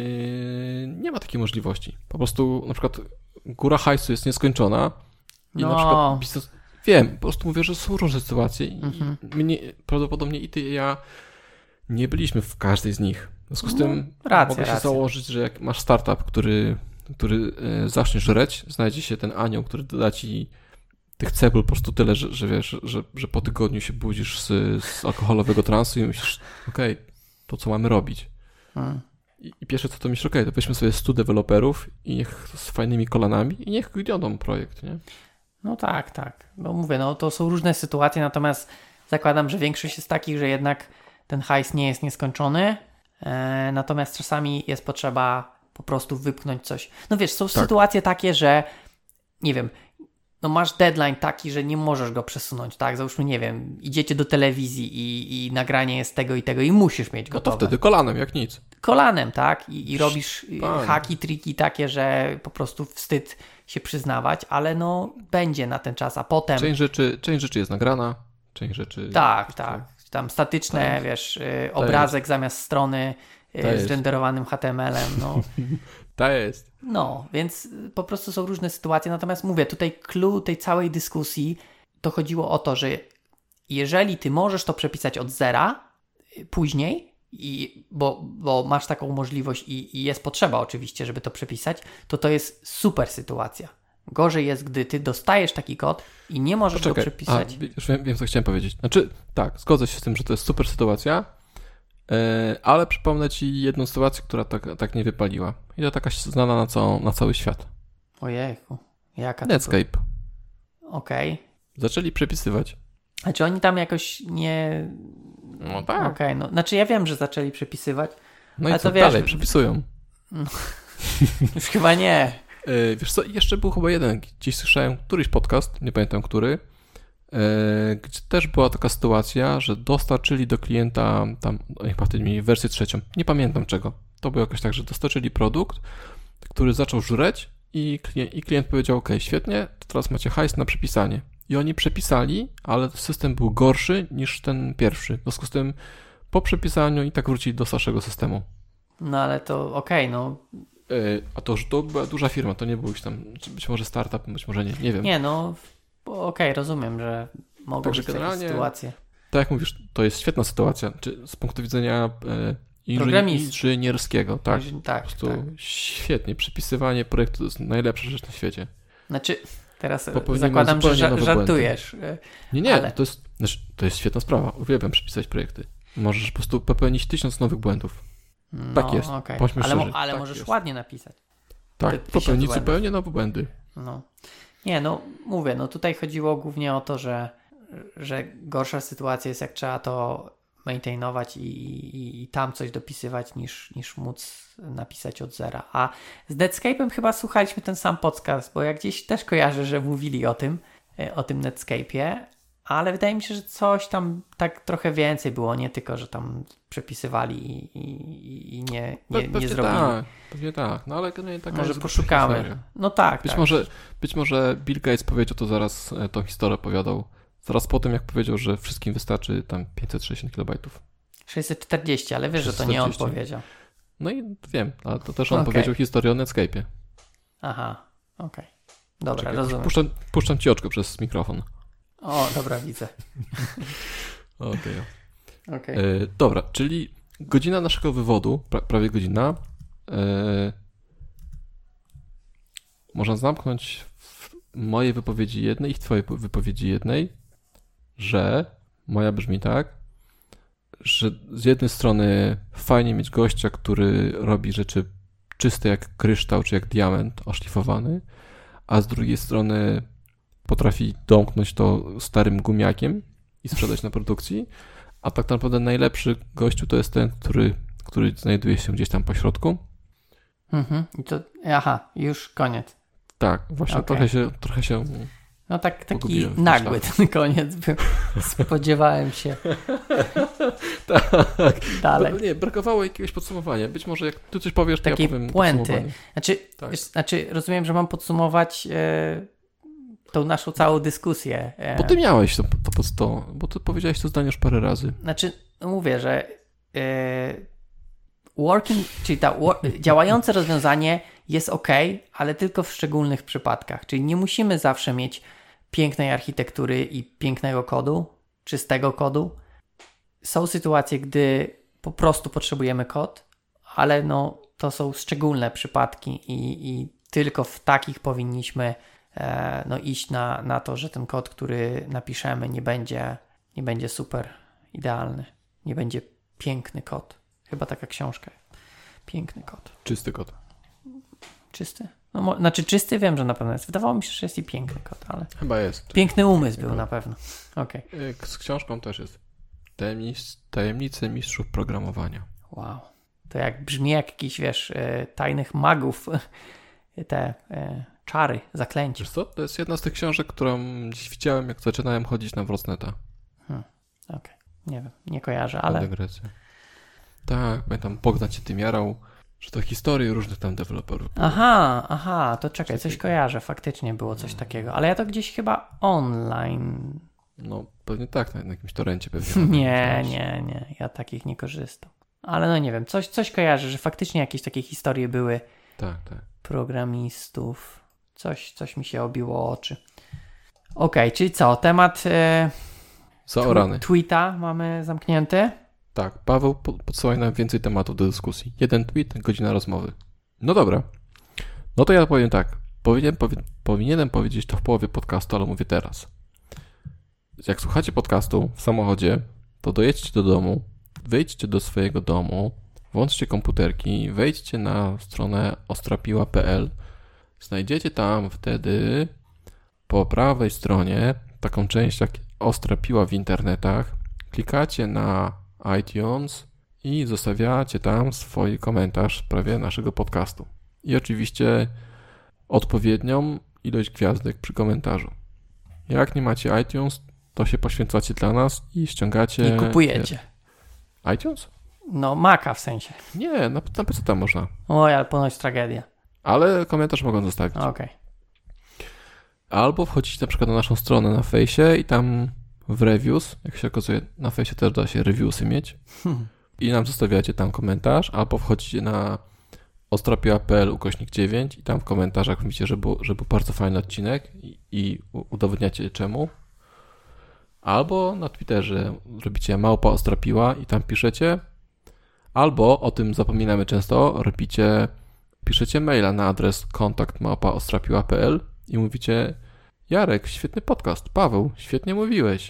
yy, nie ma takiej możliwości. Po prostu na przykład góra hajsu jest nieskończona i no. na przykład biznes, wiem, po prostu mówię, że są różne sytuacje i mhm. mnie, prawdopodobnie i ty i ja nie byliśmy w każdej z nich. W związku z no, tym racja, mogę się racja. założyć, że jak masz startup, który który zacznie żreć, znajdzie się ten anioł, który da ci tych cebul po prostu tyle, że, że wiesz, że, że po tygodniu się budzisz z, z alkoholowego transu i myślisz, okej, okay, to co mamy robić? Hmm. I, i pierwsze co to myślisz, okej, okay, to weźmy sobie stu deweloperów i niech z fajnymi kolanami i niech gniotą projekt, nie? No tak, tak. No mówię, no to są różne sytuacje, natomiast zakładam, że większość jest takich, że jednak ten hajs nie jest nieskończony, e, natomiast czasami jest potrzeba po prostu wypchnąć coś. No wiesz, są tak. sytuacje takie, że nie wiem, no masz deadline taki, że nie możesz go przesunąć, tak? Załóżmy, nie wiem, idziecie do telewizji i, i nagranie jest tego i tego i musisz mieć gotowe. No to wtedy kolanem, jak nic. Kolanem, tak? I, i robisz Pan. haki, triki takie, że po prostu wstyd się przyznawać, ale no będzie na ten czas, a potem... Część rzeczy, część rzeczy jest nagrana, część rzeczy... Tak, tak. Tam statyczne, tak. wiesz, y, obrazek jest. Zamiast strony y, z renderowanym H T M L-em, no. To jest. No, więc po prostu są różne sytuacje, natomiast mówię, tutaj clue tej całej dyskusji to chodziło o to, że jeżeli ty możesz to przepisać od zera y, później, i, bo, bo masz taką możliwość i, i jest potrzeba oczywiście, żeby to przepisać, to to jest super sytuacja. Gorzej jest, gdy ty dostajesz taki kod i nie możesz Poczekaj. go przepisać. A, już wiem, wiem, co chciałem powiedzieć. Znaczy, tak, zgodzę się z tym, że to jest super sytuacja, yy, ale przypomnę ci jedną sytuację, która tak, tak nie wypaliła. I to taka znana na, całą, na cały świat. Ojejku, jaka to Netscape. Okej. Okay. Zaczęli przepisywać. A czy oni tam jakoś nie... No tak. Okej, okay, no. Znaczy ja wiem, że zaczęli przepisywać. No i co, wiesz, dalej przepisują. No, już chyba nie. Yy, wiesz co, jeszcze był chyba jeden, gdzieś słyszałem któryś podcast, nie pamiętam który, yy, gdzie też była taka sytuacja, że dostarczyli do klienta tam, chyba wtedy mieli wersję trzecią, nie pamiętam czego. To było jakoś tak, że dostarczyli produkt, który zaczął żreć i klient, i klient powiedział, ok, świetnie, to teraz macie hajs na przepisanie. I oni przepisali, ale system był gorszy niż ten pierwszy. W związku z tym po przepisaniu i tak wrócili do starszego systemu. No ale to okej, okay, no. Yy, a to, że to była duża firma, to nie był już tam, być może startup, być może nie, nie wiem. Nie, no okej, okay, rozumiem, że mogą Także być takie sytuacje. Tak jak mówisz, to jest świetna sytuacja, czy z punktu widzenia yy, inżynierskiego, tak, tak, po prostu tak. świetnie, przepisywanie projektu to jest najlepsza rzecz na świecie. Znaczy, teraz zakładam, że ża- żartujesz. Błędy. Nie, nie, ale... to, jest, znaczy, to jest świetna sprawa, uwielbiam przepisać projekty. Możesz po prostu popełnić tysiąc nowych błędów. No, tak jest, okay. bądźmy ale, szczerzy. ale tak możesz jest. ładnie napisać. Tak, popełnić zupełnie nowe błędy. No. Nie, no mówię, no tutaj chodziło głównie o to, że, że gorsza sytuacja jest, jak trzeba to maintainować i, i, i tam coś dopisywać, niż, niż móc napisać od zera. A z Netscape'em chyba słuchaliśmy ten sam podcast, bo ja gdzieś też kojarzę, że mówili o tym, o tym Netscape'ie, ale wydaje mi się, że coś tam tak trochę więcej było, nie tylko, że tam przepisywali i, i, i nie, nie, Pe- nie zrobili. Tak, pewnie tak, no ale nie taka może jest poszukamy. Historia. No tak, być tak. Może, być może Bill Gates powiedział to zaraz, tą historię opowiadał, zaraz po tym, jak powiedział, że wszystkim wystarczy tam pięćset sześćdziesiąt kilobajtów. sześćset czterdzieści, ale wiesz, sześćset czterdzieści. Że to nie on powiedział. No i wiem, ale to też on okay. powiedział historię o Netscape'ie. Aha, okej. Okay. Dobra, Czekaj, rozumiem. Puszczam, puszczam ci oczko przez mikrofon. O, dobra, widzę. Okej. Okay. Okay. E, dobra, czyli godzina naszego wywodu, pra, prawie godzina, e, można zamknąć w mojej wypowiedzi jednej i w twojej wypowiedzi jednej, że moja brzmi tak, że z jednej strony fajnie mieć gościa, który robi rzeczy czyste jak kryształ, czy jak diament oszlifowany, a z drugiej strony potrafi domknąć to starym gumiakiem i sprzedać na produkcji, a tak naprawdę najlepszy gościu to jest ten, który, który znajduje się gdzieś tam po środku. Mhm. I to, aha, już koniec. Tak, właśnie okay. trochę się trochę się No tak, taki nagły ten koniec był. Spodziewałem się. tak. Dalej. Nie, brakowało jakiegoś podsumowania. Być może jak ty coś powiesz, to takiej ja powiem puenty. Znaczy, tak. wiesz, znaczy, rozumiem, że mam podsumować e, tą naszą całą dyskusję. E. Bo ty miałeś to, to, to, bo ty powiedziałeś to zdanie już parę razy. Znaczy, no mówię, że e, working, czyli ta wor- działające rozwiązanie jest ok, ale tylko w szczególnych przypadkach. Czyli nie musimy zawsze mieć pięknej architektury i pięknego kodu, czystego kodu. Są sytuacje, gdy po prostu potrzebujemy kod, ale no, to są szczególne przypadki i, i tylko w takich powinniśmy e, no, iść na, na to, że ten kod, który napiszemy, nie będzie, nie będzie super idealny. Nie będzie piękny kod. Chyba taka książka. Piękny kot. Czysty kot. Czysty? No, mo- znaczy czysty wiem, że na pewno jest. Wydawało mi się, że jest i piękny kot, ale... Chyba jest. Piękny umysł był na pewno. Okej. Okay. Z książką też jest. Tajemnic- Tajemnice mistrzów programowania. Wow. To jak brzmi jak jakiś, wiesz, y, tajnych magów, te y, czary, zaklęcia. Wiesz co? To jest jedna z tych książek, którą dziś widziałem, jak zaczynałem chodzić na Wrocneta. Hmm. Okej. Okay. Nie wiem, nie kojarzę, ale... Tak, pamiętam, Bogdan cię tym jarał, że to historie różnych tam deweloperów. Aha, aha, to czekaj, coś kojarzę, faktycznie było coś takiego, ale ja to gdzieś chyba online... No, pewnie tak, na jakimś torencie pewnie. Nie, nie, nie, ja takich nie korzystam. Ale no nie wiem, coś, coś kojarzę, że faktycznie jakieś takie historie były. Tak, tak. Programistów. Coś, coś mi się obiło oczy. Okej, okay, czyli co, temat e, zaorany. Tw- tweeta mamy zamknięty? Tak, Paweł, podsyłaj nam więcej tematów do dyskusji. Jeden tweet, godzina rozmowy. No dobra. No to ja powiem tak. Powinien, powi- powinienem powiedzieć to w połowie podcastu, ale mówię teraz. Jak słuchacie podcastu w samochodzie, to dojedźcie do domu, wyjdźcie do swojego domu, włączcie komputerki, wejdźcie na stronę ostrapiła kropka p l. Znajdziecie tam wtedy po prawej stronie taką część jak Ostra Piła w internetach. Klikacie na iTunes i zostawiacie tam swój komentarz w sprawie naszego podcastu. I oczywiście odpowiednią ilość gwiazdek przy komentarzu. Jak nie macie iTunes, to się poświęcacie dla nas i ściągacie... I kupujecie. iTunes? No, Maca w sensie. Nie, na, na P C tam można. Oj, ale ponoć tragedia. Ale komentarz mogą zostawić. Okej. Okay. Albo wchodzicie na przykład na naszą stronę na fejsie i tam w reviews, jak się okazuje, na fejsie też da się reviewsy mieć hmm. i nam zostawiacie tam komentarz, albo wchodzicie na ostrapiła kropka p l ukośnik dziewięć i tam w komentarzach mówicie, że był, że był bardzo fajny odcinek i, i udowodniacie czemu. Albo na Twitterze robicie małpa ostrapiła i tam piszecie, albo, o tym zapominamy często, robicie, piszecie maila na adres kontakt małpa ostrapiła kropka p l i mówicie: Jarek, świetny podcast, Paweł, świetnie mówiłeś,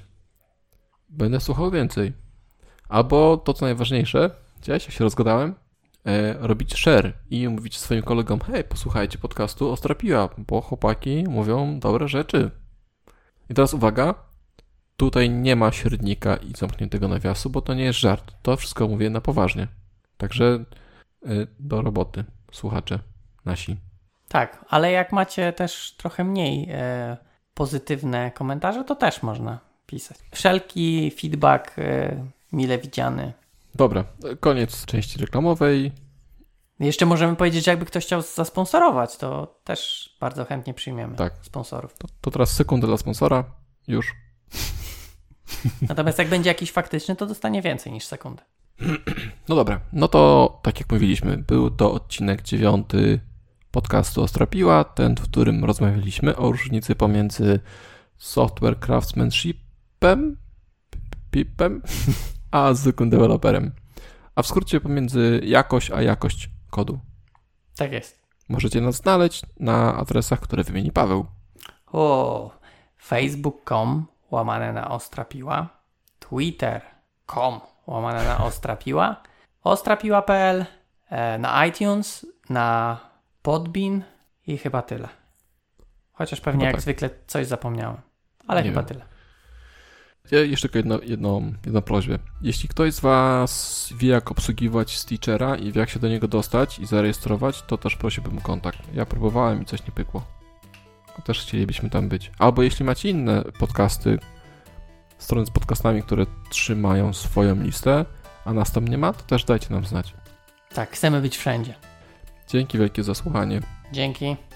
będę słuchał więcej. Albo to, co najważniejsze, widziałeś, jak się rozgadałem, e, robić share i mówić swoim kolegom: hej, posłuchajcie podcastu Ostrapiła, bo chłopaki mówią dobre rzeczy. I teraz uwaga, tutaj nie ma średnika i zamkniętego nawiasu, bo to nie jest żart. To wszystko mówię na poważnie. Także e, do roboty, słuchacze nasi. Tak, ale jak macie też trochę mniej e, pozytywne komentarze, to też można pisać. Wszelki feedback e, mile widziany. Dobra, koniec części reklamowej. Jeszcze możemy powiedzieć, że jakby ktoś chciał zasponsorować, to też bardzo chętnie przyjmiemy tak. sponsorów. To, to teraz sekundę dla sponsora. Już. Natomiast jak będzie jakiś faktyczny, to dostanie więcej niż sekundę. No dobra, no to tak jak mówiliśmy, był to odcinek dziewiąty podcastu Ostrapiła, ten, w którym rozmawialiśmy o różnicy pomiędzy software craftsmanshipem pipem, a zwykłym deweloperem. A w skrócie pomiędzy jakość a jakość kodu. Tak jest. Możecie nas znaleźć na adresach, które wymieni Paweł. O, facebook kropka com łamane na Ostrapiła, twitter kropka com łamane na Ostrapiła, ostrapiła kropka p l, na iTunes, na Podbean i chyba tyle. Chociaż pewnie chyba jak tak. zwykle coś zapomniałem, ale nie chyba wiem. Tyle. Ja jeszcze tylko jedno, jedną, jedną prośbę. Jeśli ktoś z Was wie, jak obsługiwać Stitchera i wie, jak się do niego dostać i zarejestrować, to też prosiłbym o kontakt. Ja próbowałem i coś nie pykło. Też chcielibyśmy tam być. Albo jeśli macie inne podcasty, strony z podcastami, które trzymają swoją listę, a nas tam nie ma, to też dajcie nam znać. Tak, chcemy być wszędzie. Dzięki wielkie za słuchanie. Dzięki.